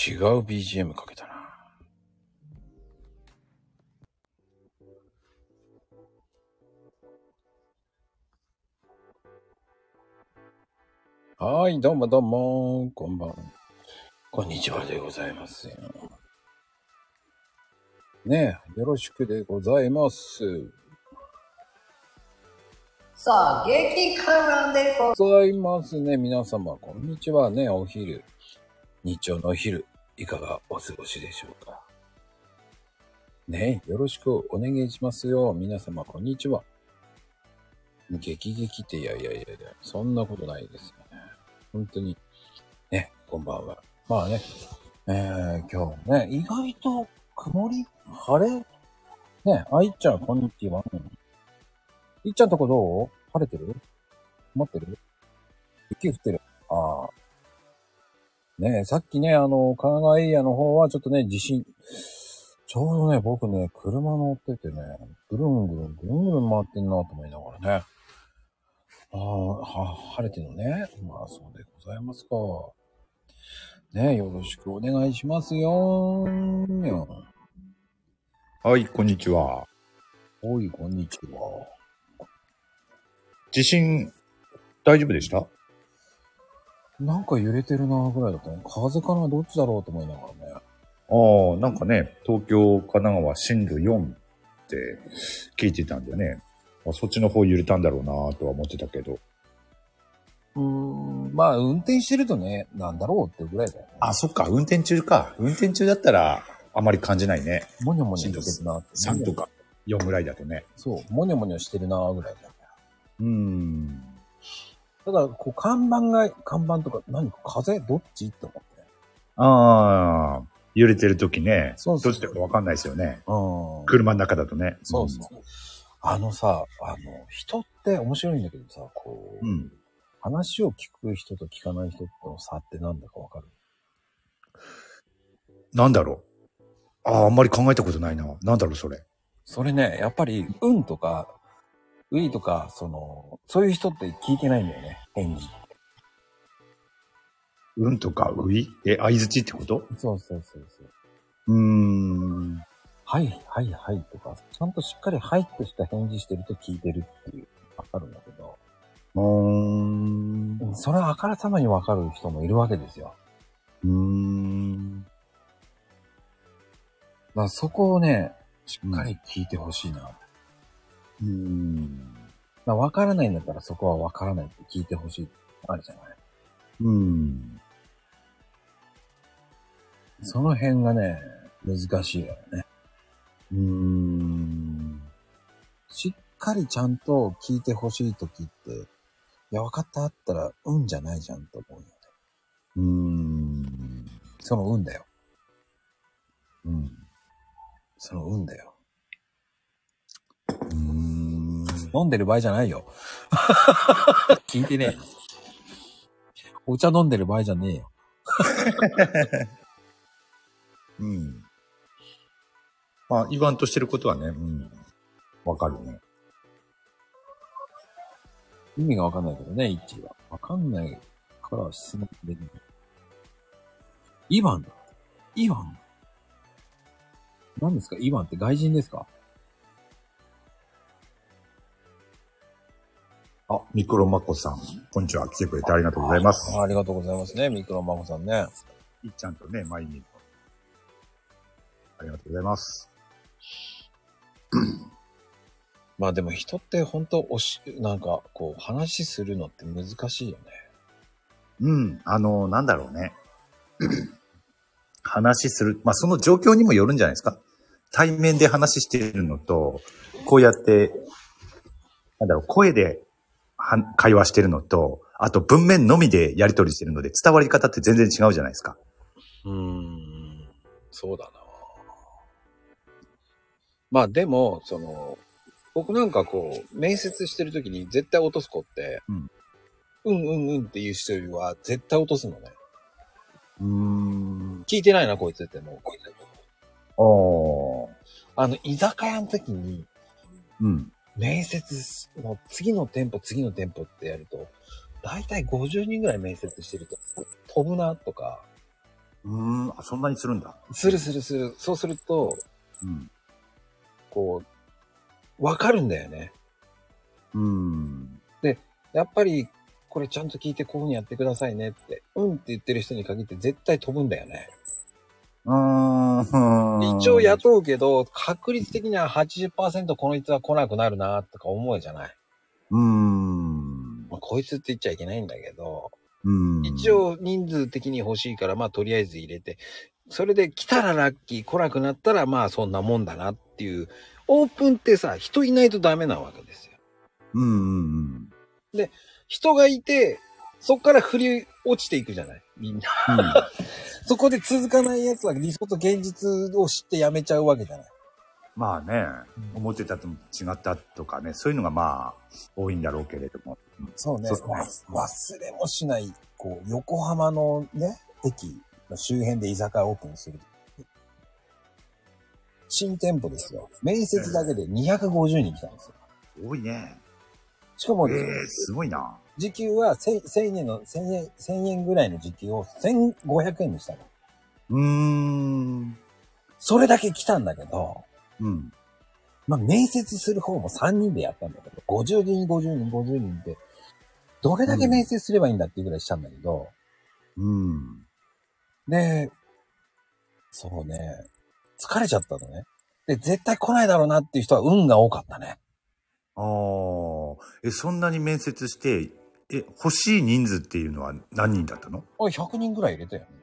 違う BGM かけたな。はい、どうもどうも、こんばんは。こんにちはでございますよ。ねえ、よろしくでございます。 さあ、激辛でございますね。皆様、こんにちはね。お昼、日曜のお昼、いかがお過ごしでしょうか。ねえ、よろしくお願いしますよ。皆様、こんにちは。激激って、いや、そんなことないですよね。本当に、ね、こんばんは。まあね、今日ね、意外と曇り晴れね、いっちゃん、こんにちは。いっちゃんとこどう晴れてる曇ってる雪降ってるああ。ねさっきね、神奈川エリアの方はちょっとね、地震。ちょうどね、僕ね、車乗っててね、ぐるんぐるん回ってんなと思いながらね。晴れてるのね。まあ、そうでございますか。ねよろしくお願いしますよ。 はい、こんにちは。 おい、こんにちは。 地震、大丈夫でした？ なんか揺れてるなぐらいだったね。風かなどっちだろうと思いながらね。 なんかね、東京、神奈川、震度4って聞いてたんでね。そっちの方揺れたんだろうなとは思ってたけど。 まあ、運転してるとね、なんだろうってぐらいだよね。 あ、そっか、運転中か。運転中だったら、あまり感じないね。 もにょもにょしてるなって。 3とか4ぐらいだとね。 そう、もにょもにょしてるなぐらいだね。だから、こう、看板とか、何か風どっちって思って。 揺れてる時ね。 そうそう。 どっちだかわかんないですよね。車の中だとね。 そうそう。人って面白いんだけどさ、こう、話を聞く人と聞かない人との差ってなんだかわかる？ なんだろう。あんまり考えたことないな。なんだろう、それ。 それね、やっぱり、うんとか、ういとか、そういう人って聞いてないんだよね、返事。 うんとかうい相づちってこと？ そう。はいとか、ちゃんとしっかりはいとした返事してると聞いてるっていう、わかるんだけど。それはあからさまにわかる人もいるわけですよ。まあそこをね、しっかり聞いてほしいな。まあわからないんだったらそこはわからないって聞いてほしい。あるじゃない。その辺がね、難しいよね。しっかりちゃんと聞いてほしいときって、いや、わかったあったら、じゃないじゃんと思うよね。そのだよ。そのだよ。飲んでる場合じゃないよ。聞いてねえ。お茶飲んでる場合じゃねえよ。 まあ、言わんとしてることはね、わかるね。 意味がわかんないけどね、一致は。わかんないから質問できない。イワンだ。イワン何ですかイワンって外人ですか？ ミクロマコさん。こんにちは。来てくれてありがとうございます。 ありがとうございますね、ミクロマコさんね。 いっちゃんとね、マイミー。ありがとうございます。 まあでも人って本当なんかこう話するのって難しいよね。 なんだろうね。話する。まあその状況にもよるんじゃないですか。対面で話してるのと、こうやって、声で会話してるのと、あと文面のみでやり取りしてるので伝わり方って全然違うじゃないですか。 そうだな。まあでも、僕なんかこう、面接してる時に絶対落とす子って、うんっていう人よりは絶対落とすのね。聞いてないな、こいつってもう。居酒屋の時に、面接の次の店舗ってやると、だいたい50人ぐらい面接してると、飛ぶなとか、 あ、そんなにするんだ。 する。そうすると、 うん。 こう、わかるんだよね。で、やっぱり、これちゃんと聞いてこういう風にやってくださいねって、うんって言ってる人に限って絶対飛ぶんだよね。一応雇うけど、確率的には 80% この人は来なくなるなとか思うじゃない。まあ、こいつって言っちゃいけないんだけど、一応人数的に欲しいから、まあとりあえず入れて、それで来たらラッキー、来なくなったらまあそんなもんだなっていう、オープンってさ、人いないとダメなわけですよ。で、人がいて、そっから振り落ちていくじゃないみんな。そこで続かないやつは理想と現実を知ってやめちゃうわけじゃない。 まあね、思ってたと違ったとかね、そういうのがまあ、多いんだろうけれども。 そうね。忘れもしない、こう、横浜のね、駅の周辺で居酒屋オープンする。新店舗ですよ。面接だけで250人来たんですよ。 多いね。 しかも、 すごいな。 時給は1000円ぐらいの時給を1500円にしたの。それだけ来たんだけど、まあ、面接する方も3人でやったんだけど、50人って、どれだけ面接すればいいんだっていうぐらいしたんだけど、で、そうね、疲れちゃったのね。で、絶対来ないだろうなっていう人は運が多かったね。 そんなに面接して、欲しい人数っていうのは何人だったの ？100人ぐらい入れたよね。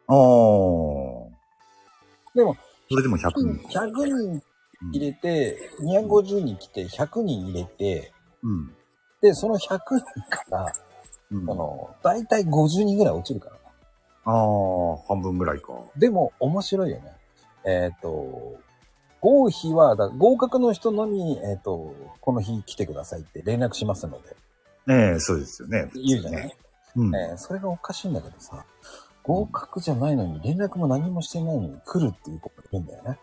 でも、 それでも100人。 100人入れて、250人来て、100人入れて、で、その100人から、だいたい50人ぐらい落ちるからね。 半分ぐらいか。 でも、面白いよね。合否は、合格の人のみ、この日来てくださいって連絡しますので。 そうですよね。 言うじゃない、それがおかしいんだけどさ、合格じゃないのに連絡も何もしてないのに来るっていう子がいるんだよね。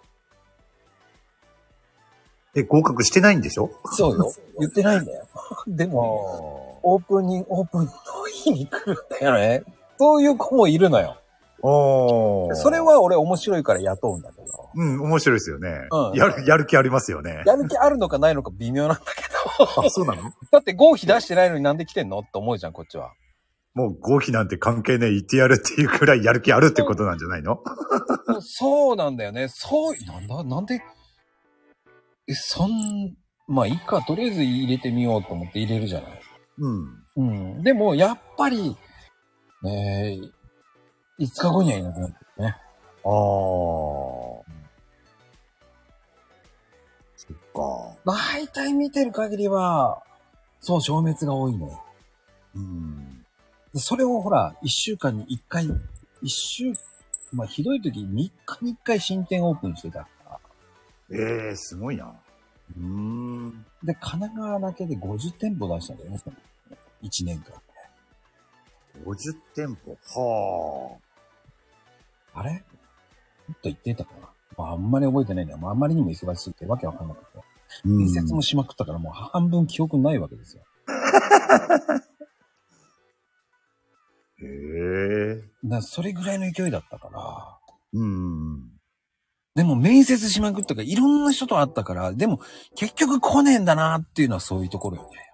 合格してないんでしょ？ そうよ。言ってないんだよ。でも、オープンの日に来るんだよね。そういう子もいるのよ。それは俺面白いから雇うんだけど。 面白いですよね。やる気ありますよね。 やる気あるのかないのか微妙なんだけど。 そうなの？ だって合否出してないのになんで来てんのって思うじゃん、こっちは。 もう合否なんて関係ねえ、言ってやるっていうくらいやる気あるってことなんじゃないの？ そうなんだよね。なんで、まあいいか、とりあえず入れてみようと思って入れるじゃない。でも、やっぱり、5日後にはいなくなってるね。 そっか。 大体見てる限りは、そう、消滅が多いね。それをほら、1週間に1回、まあひどい時3日に1回新店オープンしてたから。 すごいな。 で、神奈川だけで50店舗出したんだよね、1年間。 50店舗。 あれもっと言ってたかな。まあ、あんまり覚えてないんだよ。あんまりにも忙しすぎてわけわかんなかった。面接もしまくったからもう半分記憶ないわけですよ。それぐらいの勢いだったから。でも面接しまくったからいろんな人と会ったから、でも結局来ねえんだなっていうのはそういうところよね。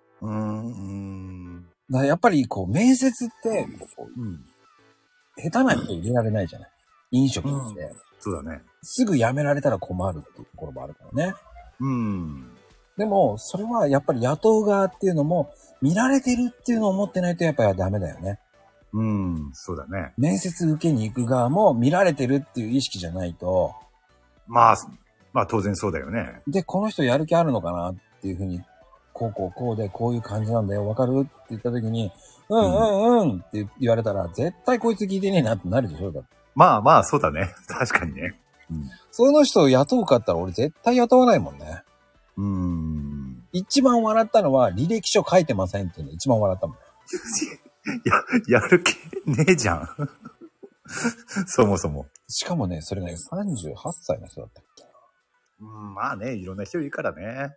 だからやっぱりこう面接って、下手な人入れられないじゃない。飲食って、 そうだね。 すぐ辞められたら困るっていうところもあるからね。でも、それはやっぱり雇う側っていうのも、見られてるっていうのを思ってないとやっぱりダメだよね。 そうだね。 面接受けに行く側も見られてるっていう意識じゃないと。 まあ当然そうだよね。 で、この人やる気あるのかなっていうふうに、こうでこういう感じなんだよ、わかるって言った時に、って言われたら、絶対こいつ聞いてねえなってなるでしょだって。 まあ、そうだね。確かにね。 その人を雇うかったら俺絶対雇わないもんね。一番笑ったのは履歴書書いてませんっていうの一番笑ったもん。 やる気ねえじゃん。そもそも。 しかもね、それがね、38歳の人だったっけ。 まあね、いろんな人いるからね。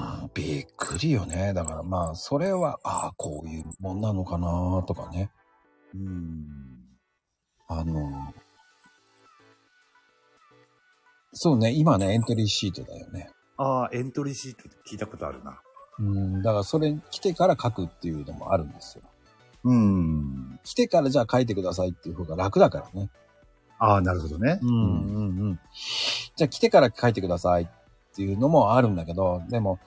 びっくりよね。だからまあ、それは、こういうもんなのかなとかね。 あの、そうね、今ね、エントリーシートだよね。 ああ、エントリーシート聞いたことあるな。 だからそれ来てから書くっていうのもあるんですよ。来てからじゃあ書いてくださいっていう方が楽だからね。 ああ、なるほどね。 じゃあ来てから書いてくださいっていうのもあるんだけど、でも、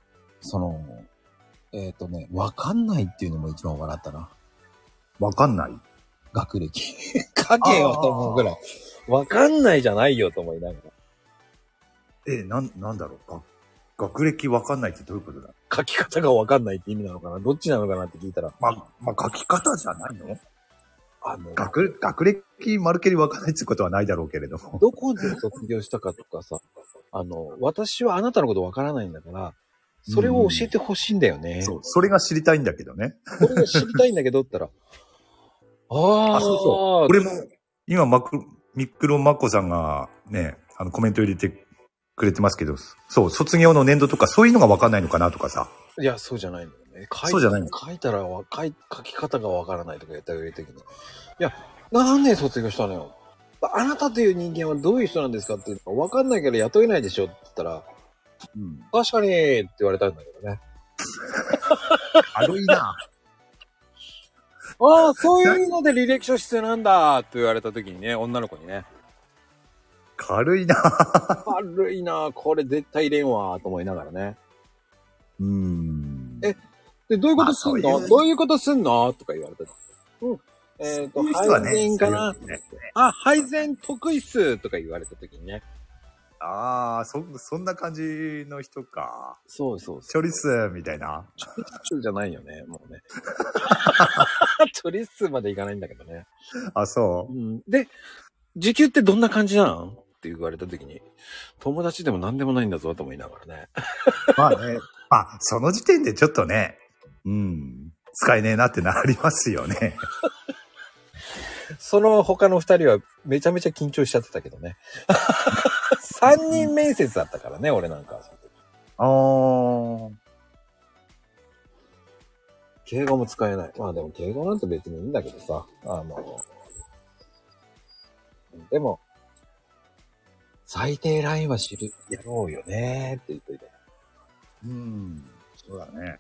わかんないっていうのも一番笑ったな。 わかんない学歴。書けよと思うぐらい。わかんないじゃないよと思いながら。 なんだろう。学歴わかんないってどういうことだ？ 書き方がわかんないって意味なのかな、どっちなのかなって聞いたら。 まあ、書き方じゃないの？学歴まるけりわかんないってことはないだろうけれども。 どこで卒業したかとかさ、私はあなたのことわからないんだから、それを教えてほしいんだよね。 そう、それが知りたいんだけどね。 それが知りたいんだけどって言ったら、 そうそう。俺も、今、ミックロマッコさんがね、コメント入れてくれてますけど、そう、卒業の年度とかそういうのがわかんないのかなとかさ。 いや、そうじゃないんだよね。 そうじゃないの？ 書いたら書き方がわからないとか言ったら言う時に。いや、何年卒業したのよ。あなたという人間はどういう人なんですかっていうのがわかんないから雇えないでしょって言ったら、確かにって言われたんだけどね。 軽いな。 ああ、そういうので履歴書必要なんだって言われた時にね、女の子にね。 軽いな。 軽いな、これ絶対入れんわと思いながらね。で、どういうことすんの？どういうことすんのとか言われた。配膳かな、あ、配膳得意っすとか言われた時にね。 ああ、そんな感じの人か。 そうそうチョリスみたいな。 チョリスじゃないよね、もうね。チョリスまでいかないんだけどね。 あ、そう。 で、時給ってどんな感じなのって言われた時に、友達でも何でもないんだぞと思いながらね。 まあね。その時点でちょっとね、使えねえなってなりますよね。 その他の二人はめちゃめちゃ緊張しちゃってたけどね。3人面接だったからね、俺なんか。敬語も使えない。まあでも敬語なんて別にいいんだけどさ。でも、最低ラインはやろうよねーって言っといて。 そうだね。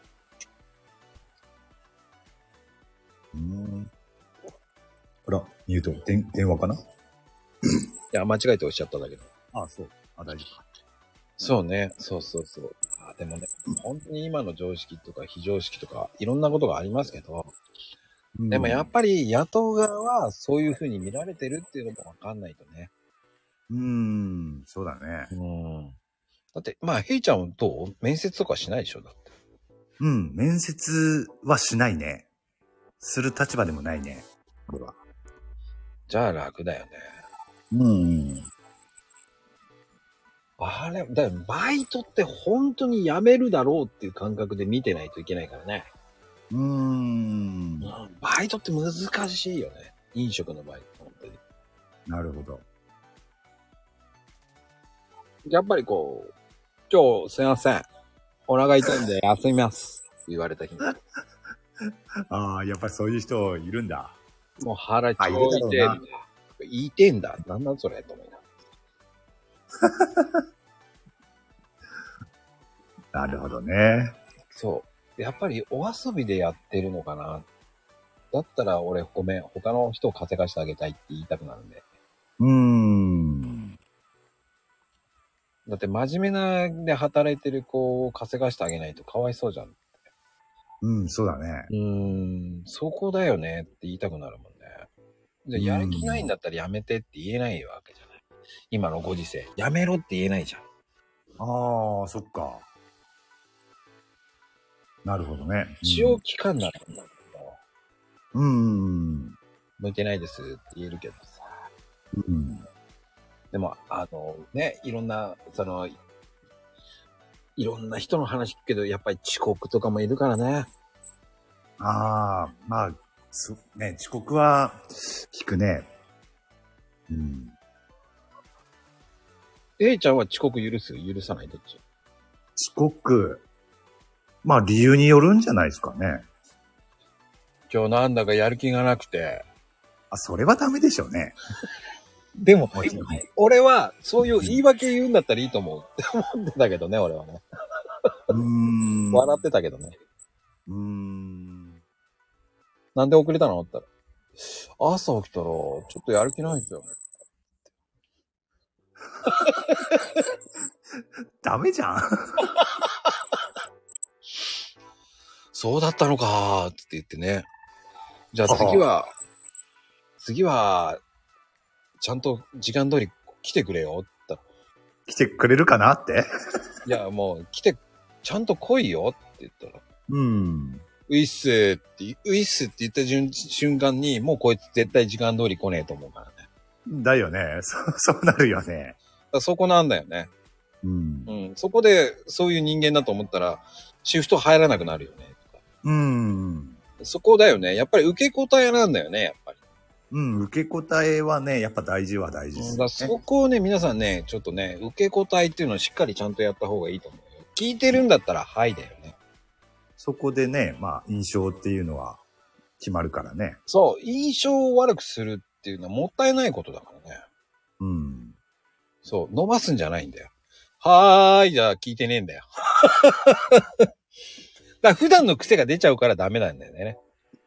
ほら、ミュート、電話かな？いや、間違えて押しちゃったんだけど。 そう。大丈夫か。 そうね。そう。でもね、本当に今の常識とか非常識とか、いろんなことがありますけど、でもやっぱり野党側はそういう風に見られてるっていうのもわかんないとね。 そうだね。 だって、まあ、ヘイちゃんはどう？面接とかしないでしょだって。 面接はしないね。する立場でもないね。これは。 じゃあ楽だよね。あれ、バイトって本当に辞めるだろうっていう感覚で見てないといけないからね。バイトって難しいよね。飲食のバイト、本当に。 なるほど。 やっぱりこう、今日すいません。お腹痛いんで休みますって言われた日に。 やっぱりそういう人いるんだ。 もう腹超痛いんだ。言いてんだ。なんなんそれと思いな。 なるほどね。 そう。やっぱりお遊びでやってるのかな。だったら俺ごめん。他の人を稼がしてあげたいって言いたくなるんで。だって真面目なで働いてる子を稼がしてあげないとかわいそうじゃん。 そうだね。 そこだよねって言いたくなるもんね。じゃあやる気ないんだったらやめてって言えないわけじゃない。今のご時世。やめろって言えないじゃん。 そっか。なるほどね。 使用期間ならんだけど。向いてないですって言えるけどさ。でも、いろんな、いろんな人の話聞くけど、やっぱり遅刻とかもいるからね。 遅刻は、聞くね。 A ちゃんは遅刻許さないどっち？ 遅刻。理由によるんじゃないですかね。 今日なんだかやる気がなくて。 あ、それはダメでしょうね。 でももちろんね、 俺はそういう言い訳言うんだったらいいと思うって思ってたけどね、俺はね。笑ってたけどね。なんで遅れたのって言ったら、朝起きたら、ちょっとやる気ないんですよね。 ダメじゃん。 そうだったのかーって言ってね。じゃあ次は、ちゃんと時間通り来てくれよって言ったら。 来てくれるかなって。 いや、もうちゃんと来いよって言ったら。 うん。 ウィッスって言った瞬間に、もうこいつ絶対時間通り来ねえと思うからね。 だよね。そうなるよね。 そこなんだよね。 うん。 うん。そこで、そういう人間だと思ったら、シフト入らなくなるよね。そこだよね。やっぱり受け答えなんだよね、やっぱり。 うん、受け答えはね、やっぱ大事です、ね。 だそこをね、皆さんね、ちょっとね、受け答えっていうのをしっかりちゃんとやった方がいいと思うよ。聞いてるんだったら、はいだよね。 そこでね、まあ、印象っていうのは決まるからね。 そう、印象を悪くするっていうのはもったいないことだからね。 うん。 そう、伸ばすんじゃないんだよ。はーい、じゃあ聞いてねえんだよ。だから普段の癖が出ちゃうからダメなんだよね。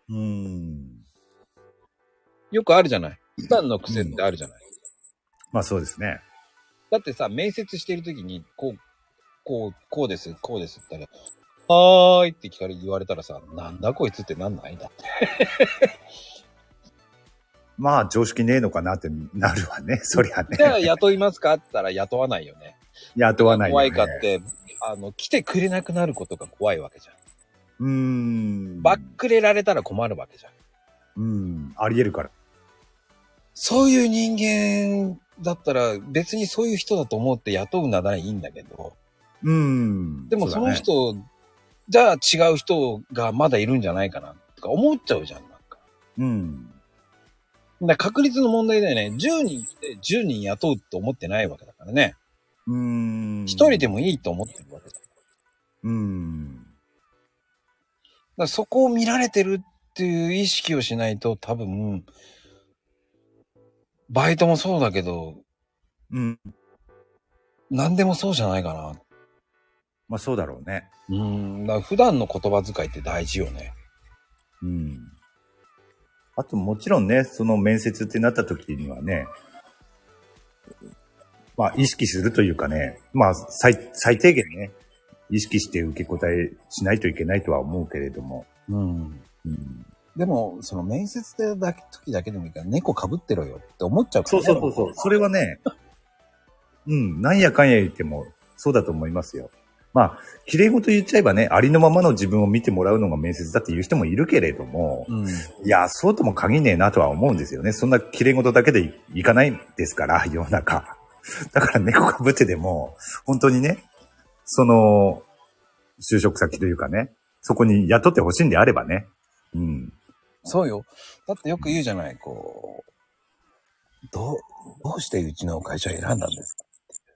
よくあるじゃない。普段の癖ってあるじゃない。 まあそうですね。 だってさ、面接してるときに、こうです、こうですって言ったら、はーいって言われたらさ、なんだこいつってなんないだって。 まあ常識ねえのかなってなるわね。そりゃね。 じゃあ雇いますかって言ったら雇わないよね。 雇わないよね。 怖いかって、来てくれなくなることが怖いわけじゃん。バックレられたら困るわけじゃん。 あり得るから。 そういう人間だったら別にそういう人だと思って雇うならいいんだけど。でもその人、ね、じゃあ違う人がまだいるんじゃないかなとか思っちゃうじゃん、なんか。だから確率の問題だよね。10人来て10人雇うって思ってないわけだからね。1人でもいいと思ってるわけだ。だからそこを見られてるっていう意識をしないと多分、バイトもそうだけど、何でもそうじゃないかな。 まあそうだろうね。 だから普段の言葉遣いって大事よね。 あともちろんね、その面接ってなった時にはね、まあ意識するというかね、まあ最低限ね、意識して受け答えしないといけないとは思うけれども。 でも、その面接で時だけでもいいから猫被ってろよって思っちゃうからね。そう。それはね、なんやかんや言ってもそうだと思いますよ。まあ、綺麗事言っちゃえばね、ありのままの自分を見てもらうのが面接だっていう人もいるけれども、いや、そうとも限んねえなとは思うんですよね。そんな綺麗事だけでいかないですから、世の中。だから猫被ってでも、本当にね、その、就職先というかね、そこに雇ってほしいんであればね。 そうよ。だってよく言うじゃない、どうしてうちの会社を選んだんですか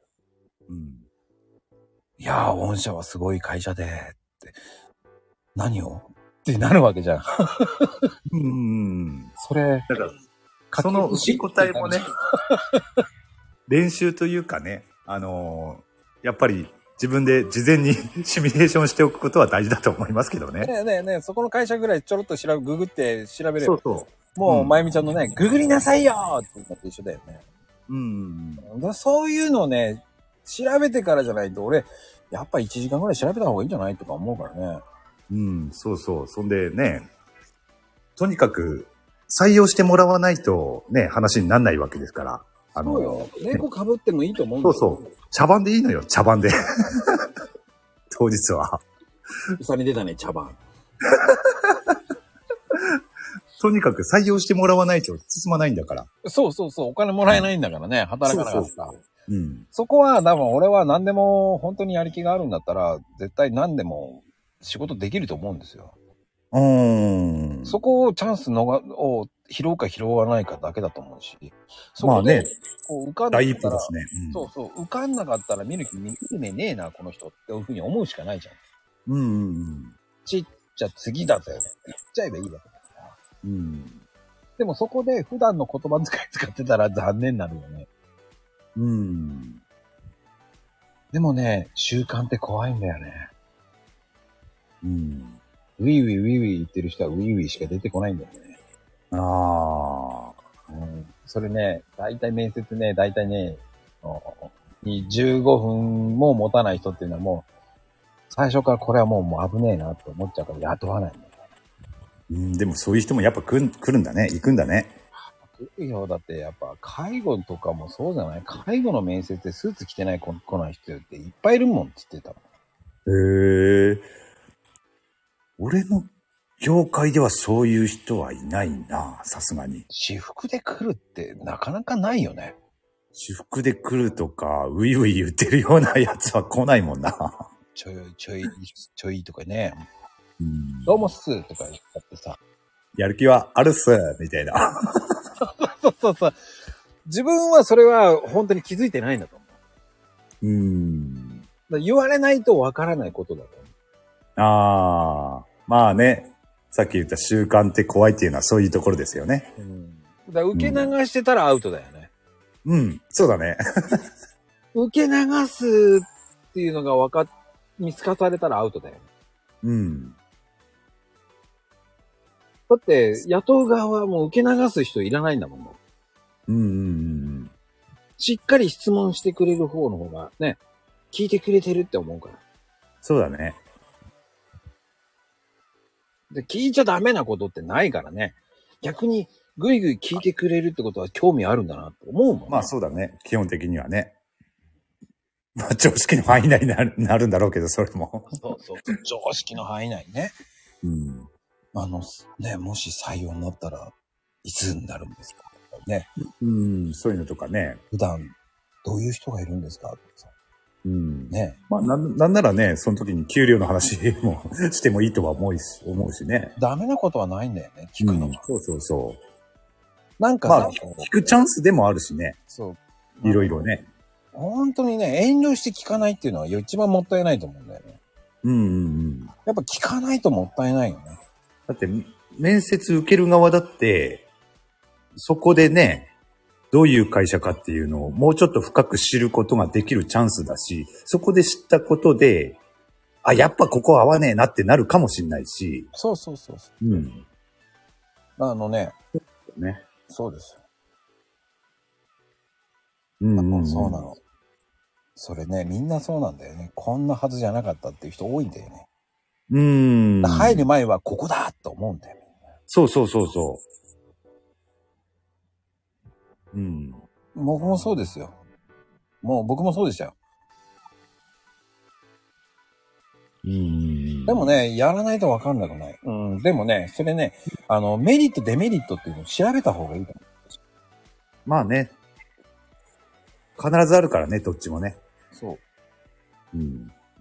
いやー、御社はすごい会社で、って。何をってなるわけじゃん。それ。 だから、その受け答えもね、練習というかね、やっぱり自分で事前にシミュレーションしておくことは大事だと思いますけどね。 ねえ、そこの会社ぐらいちょろっとググって調べれば。 そう。 もう、まゆみちゃんのね、ググりなさいよって言ったって一緒だよね。そういうのをね、調べてからじゃないと、俺、やっぱ1時間ぐらい調べた方がいいんじゃないとか思うからね。 そう。そんでね、とにかく採用してもらわないとね、話にならないわけですから。 そうよ。猫被ってもいいと思うんだよ。そう。茶番でいいのよ、茶番で。当日は。 うさに出たね、茶番。 とにかく採用してもらわないと進まないんだから。 そう。お金もらえないんだからね、働かなかった。そこは多分俺は何でも本当にやる気があるんだったら絶対何でも仕事できると思うんですよ。そこをチャンスを拾うか拾わないかだけだと思うし。 まあね。 受かんなかったら、 第一歩ですね。 受かんなかったら見る目ねえな、この人っていうふうに思うしかないじゃん。ちっちゃ次だぜって言っちゃえばいいわけだかうん。 でもそこで普段の言葉遣い使ってたら残念になるよね。 うん。 でもね、習慣って怖いんだよね。 うん。 ウィーウィーウィーウィー言ってる人はウィーウィーしか出てこないんだよね。 ああ。 それね、大体面接ね、大体ね、15分も持たない人っていうのはもう、最初からこれはもう危ねえなって思っちゃうから雇わないんだよ。 うん、でもそういう人もやっぱ来るんだね。行くんだね。 来るよ。だってやっぱ介護とかもそうじゃない？介護の面接でスーツ着てない来ない人っていっぱいいるもんって言ってたもん。 へえ。俺の業界ではそういう人はいないな、さすがに。 私服で来るってなかなかないよね。 私服で来るとか、ウイウイ言ってるようなやつは来ないもんな。 ちょいとかね。 うん、 どうもっすとか言ってさ。 やる気はあるっす、みたいな。 そう。自分はそれは本当に気づいてないんだと思う。だから言われないとわからないことだと思う。 ああ、まあね。さっき言った習慣って怖いっていうのはそういうところですよね。 だから受け流してたらアウトだよね。 うん、そうだね。 受け流すっていうのが見つかされたらアウトだよね。 うん。 だって、雇う側はもう受け流す人いらないんだもん。しっかり質問してくれる方の方がね、聞いてくれてるって思うから。 そうだね。 で、聞いちゃダメなことってないからね。逆に、ぐいぐい聞いてくれるってことは興味あるんだなって思うもんね。 まあそうだね。基本的にはね。まあ常識の範囲内になるんだろうけど、それも。 そう。常識の範囲内ね。 うん。 ね、もし採用になったらいつになるんですかね。 そういうのとかね。 普段どういう人がいるんですかね。 まあなんならね、その時に給料の話もしてもいいとは思うしね。 ダメなことはないんだよね、聞くのは。 そう。 なんかさ、 聞くチャンスでもあるしね。 そう。 いろいろね。 本当にね、遠慮して聞かないっていうのは一番もったいないと思うんだよね。やっぱ聞かないともったいないよね。 だって、面接受ける側だって、そこでね、どういう会社かっていうのをもうちょっと深く知ることができるチャンスだし、そこで知ったことで、あ、やっぱここ合わねえなってなるかもしんないし。 そう。 うん。ね。 そうですよ。 そうなの。それね、みんなそうなんだよね。こんなはずじゃなかったっていう人多いんだよね。入る前はここだと思うんだよ。 そう。 僕もそうですよ。僕もそうでしたよ。でもね、やらないとわかんなくない。でもね、それね、メリット、デメリットっていうのを調べた方がいいと思う。 まあね。必ずあるからね、どっちもね。 そう。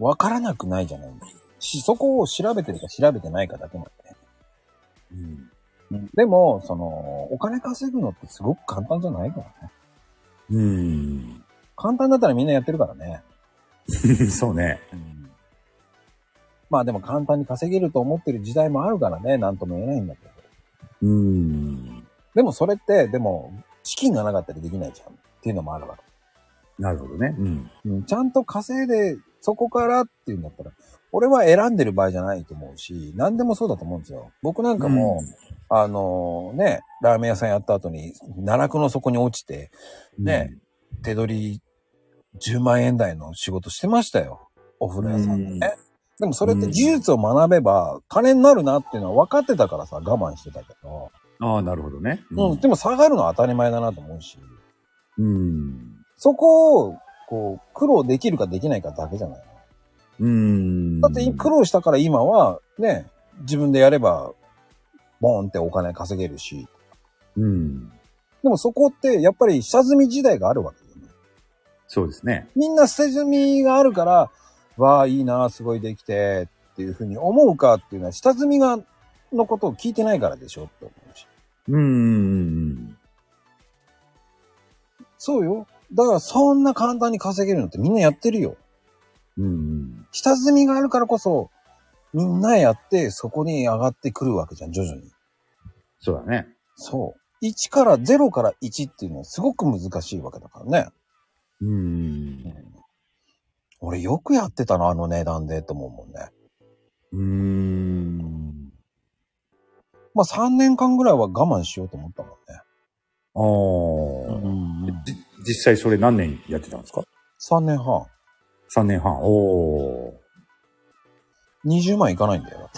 わからなくないじゃないんだそこを調べてるか調べてないかだけなんだね。でも、お金稼ぐのってすごく簡単じゃないからね。簡単だったらみんなやってるからね。 そうね。 まあでも簡単に稼げると思ってる時代もあるからね、なんとも言えないんだけど。でもそれって、資金がなかったりできないじゃんっていうのもあるわけ。 なるほどね。 ちゃんと稼いで、そこからっていうんだったら、俺は選んでる場合じゃないと思うし、何でもそうだと思うんですよ。僕なんかも、ラーメン屋さんやった後に、奈落の底に落ちて、手取り10万円台の仕事してましたよ。お風呂屋さんでね。でもそれって技術を学べば、金になるなっていうのは分かってたからさ、我慢してたけど。 ああ、なるほどね。 でも下がるのは当たり前だなと思うし。そこを、苦労できるかできないかだけじゃないの。だって苦労したから今は、ね、自分でやれば、ボーンってお金稼げるし。でもそこって、やっぱり下積み時代があるわけよね。 そうですね。 みんな下積みがあるから、わあ、いいな、すごいできて、っていうふうに思うかっていうのは、下積みのことを聞いてないからでしょって思うし。そうよ。だからそんな簡単に稼げるのってみんなやってるよ。下積みがあるからこそ、みんなやってそこに上がってくるわけじゃん、徐々に。 そうだね。 そう。0から1っていうのはすごく難しいわけだからね。俺よくやってたな、あの値段でと思うもんね。まあ3年間ぐらいは我慢しようと思ったもんね。 実際それ何年やってたんですか？ 3年半。 3年半。 20万いかないんだよ。だって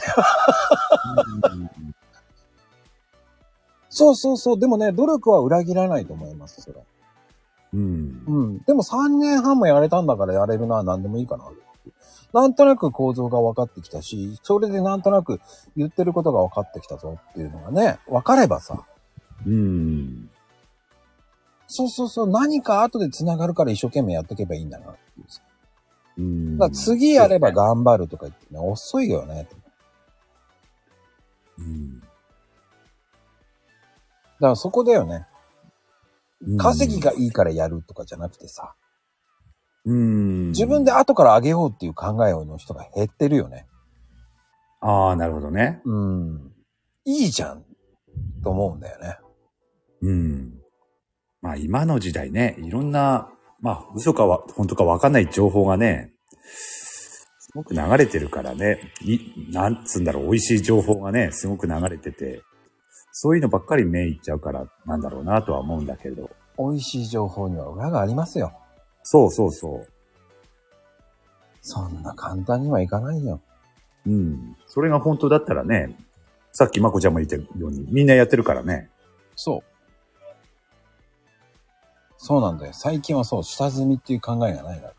そうそうそう。でもね、努力は裏切らないと思います、それ。でも3年半もやれたんだからやれるな、何でもいいかな。なんとなく構造が分かってきたし、それでなんとなく言ってることが分かってきたぞっていうのがね、分かればさ。そうそうそう。何か後で繋がるから一生懸命やっていけばいいんだなっていうさ。だから次やれば頑張るとか言ってね、遅いよね。だからそこだよね。稼ぎがいいからやるとかじゃなくてさ。自分で後から上げようっていう考えの人が減ってるよね。 ああ、なるほどね。 いいじゃんと思うんだよね。 まあ今の時代ね、いろんな、まあ嘘か本当かわかんない情報がね、すごく流れてるからね、なんつうんだろう、美味しい情報がね、すごく流れてて、そういうのばっかり目いっちゃうからなんだろうなとは思うんだけど。 美味しい情報には裏がありますよ。 そうそうそう。 そんな簡単にはいかないよ。 それが本当だったらね、さっきまこちゃんも言ったように、みんなやってるからね。 そう。そうなんだよ。最近はそう、下積みっていう考えがないから。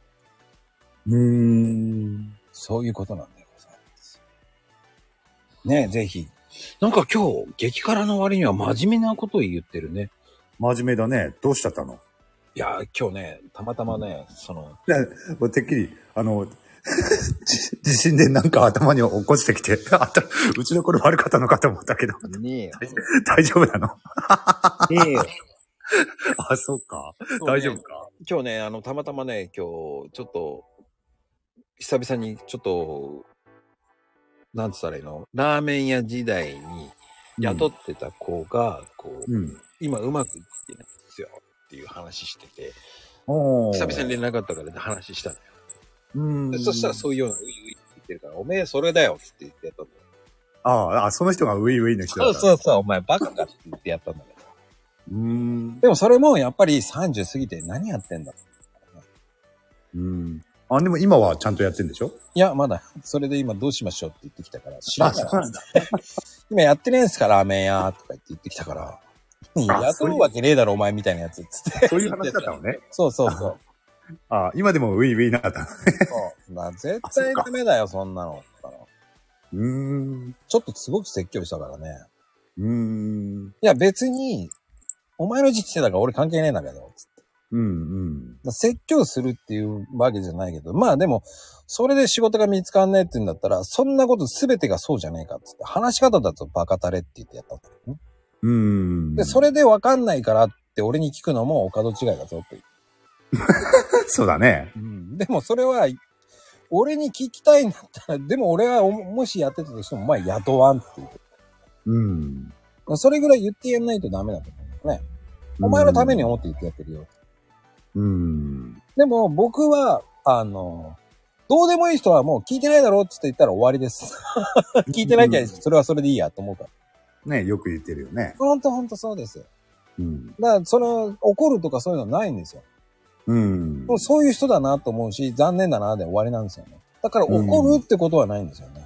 そういうことなんでございます。ねえ、ぜひ。なんか今日、激辛の割には真面目なことを言ってるね。 真面目だね。どうしちゃったの？ いや、今日ね、たまたまね、 もうてっきり、地震でなんか頭に起こしてきて、うちの子の悪かったのかと思ったけど。 ねえよ。 大丈夫なの？ ねえよ。 あ、そうか。大丈夫か。 今日ね、たまたまね、今日、ちょっと、久々に、ちょっと、なんつったらいいの？ラーメン屋時代に雇ってた子が、今うまくいってないんですよっていう話してて、久々に連絡あったから話したのよ。でそしたらそういうようなウイウイって言ってるから、おめえそれだよって言ってやったんだよ。 その人がウイウイの人だった。 そう、お前バカかって言ってやったんだけど。でもそれもやっぱり30過ぎて何やってんだ。 でも今はちゃんとやってんでしょ？ いや、まだ。それで今どうしましょうって言ってきたから。知らんから。今やってねえんすか、ラーメン屋とか言って言ってきたから。雇うわけねえだろ、お前みたいなやつ。つって。 そういう話だったのね。 そう。 今でもウィウィなったのね。 そう。絶対ダメだよ、そんなの。ちょっとすごく説教したからね。いや、別に、お前の人生だから俺関係ねえんだけど、つって。説教するっていうわけじゃないけど、まあでも、それで仕事が見つかんねえって言うんだったら、そんなこと全てがそうじゃねえかっつって、話し方だとバカタレって言ってやったんだけどね。で、それでわかんないからって俺に聞くのもお門違いだぞって。 そうだね。 でもそれは、俺に聞きたいんだったら、でも俺はもしやってたとしても、まあ雇わんって言って。それぐらい言ってやんないとダメだと思うね。お前のために思って言ってやってるよ。でも僕は、どうでもいい人はもう聞いてないだろうって言ったら終わりです。聞いてなきゃそれはそれでいいやと思うから。 ね、よく言ってるよね。 ほんとそうです。だから怒るとかそういうのないんですよ。もうそういう人だなと思うし、残念だなで終わりなんですよね。だから怒るってことはないんですよね。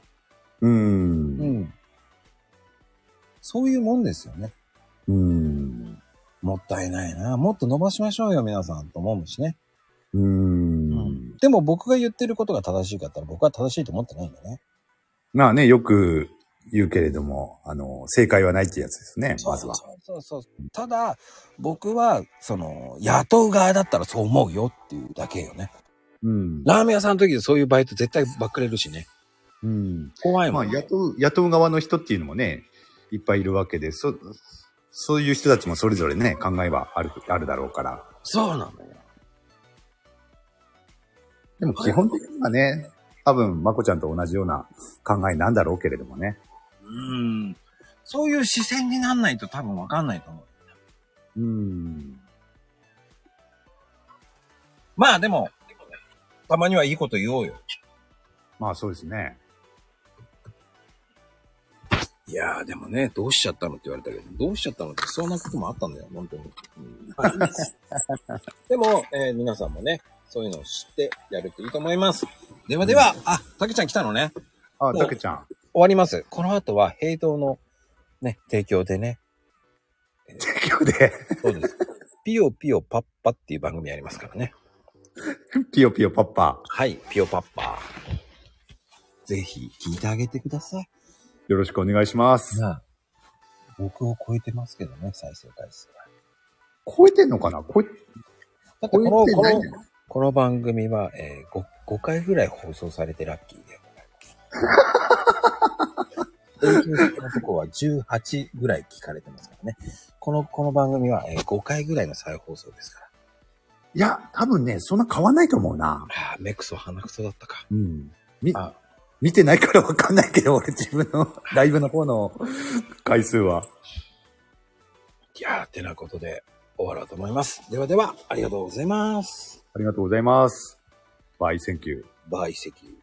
そういうもんですよね。もったいないな。もっと伸ばしましょうよ、皆さんと思うしね。でも僕が言ってることが正しいかったら僕は正しいと思ってないんだね。 まあね、よく言うけれども、正解はないってやつですね、まずは。 そう。ただ、僕は、雇う側だったらそう思うよっていうだけよね。ラーメン屋さんの時でそういうバイト絶対ばっくれるしね。怖いもん。 まあ、雇う側の人っていうのもね、いっぱいいるわけで、そういう人たちもそれぞれね、考えはあるだろうから。 そうなのよ。 でも基本的にはね、多分、まこちゃんと同じような考えなんだろうけれどもね。 そういう視線になんないと多分わかんないと思う。まあでも、たまにはいいこと言おうよ。 まあそうですね。 いやーでもね、どうしちゃったのって言われたけど、どうしちゃったのってそんなこともあったんだよ、本当に。でも、皆さんもね、そういうのを知ってやるといいと思います。ではでは、たけちゃん来たのね。 たけちゃん。 終わります。この後は、平等のね、提供でね。 提供で。 そうです。ピヨピヨパッパっていう番組ありますからね。 ピヨピヨパッパ。 はい、ピヨパッパ。ぜひ聞いてあげてください。 よろしくお願いします。 僕を超えてますけどね、再生回数は。 超えてんのかな？だってこの番組は、5回ぐらい放送されてラッキーでございます。平均のとこは18ぐらい聞かれてますからね。この番組は、5回ぐらいの再放送ですから。 いや、多分ね、そんな変わんないと思うな。 目くそ鼻くそだったか。 見てないからわかんないけど、俺自分のライブの方の回数は。 いやー、てなことで終わろうと思います。ではでは、ありがとうございます。 ありがとうございます。バイセンキュー。 バイセキュー。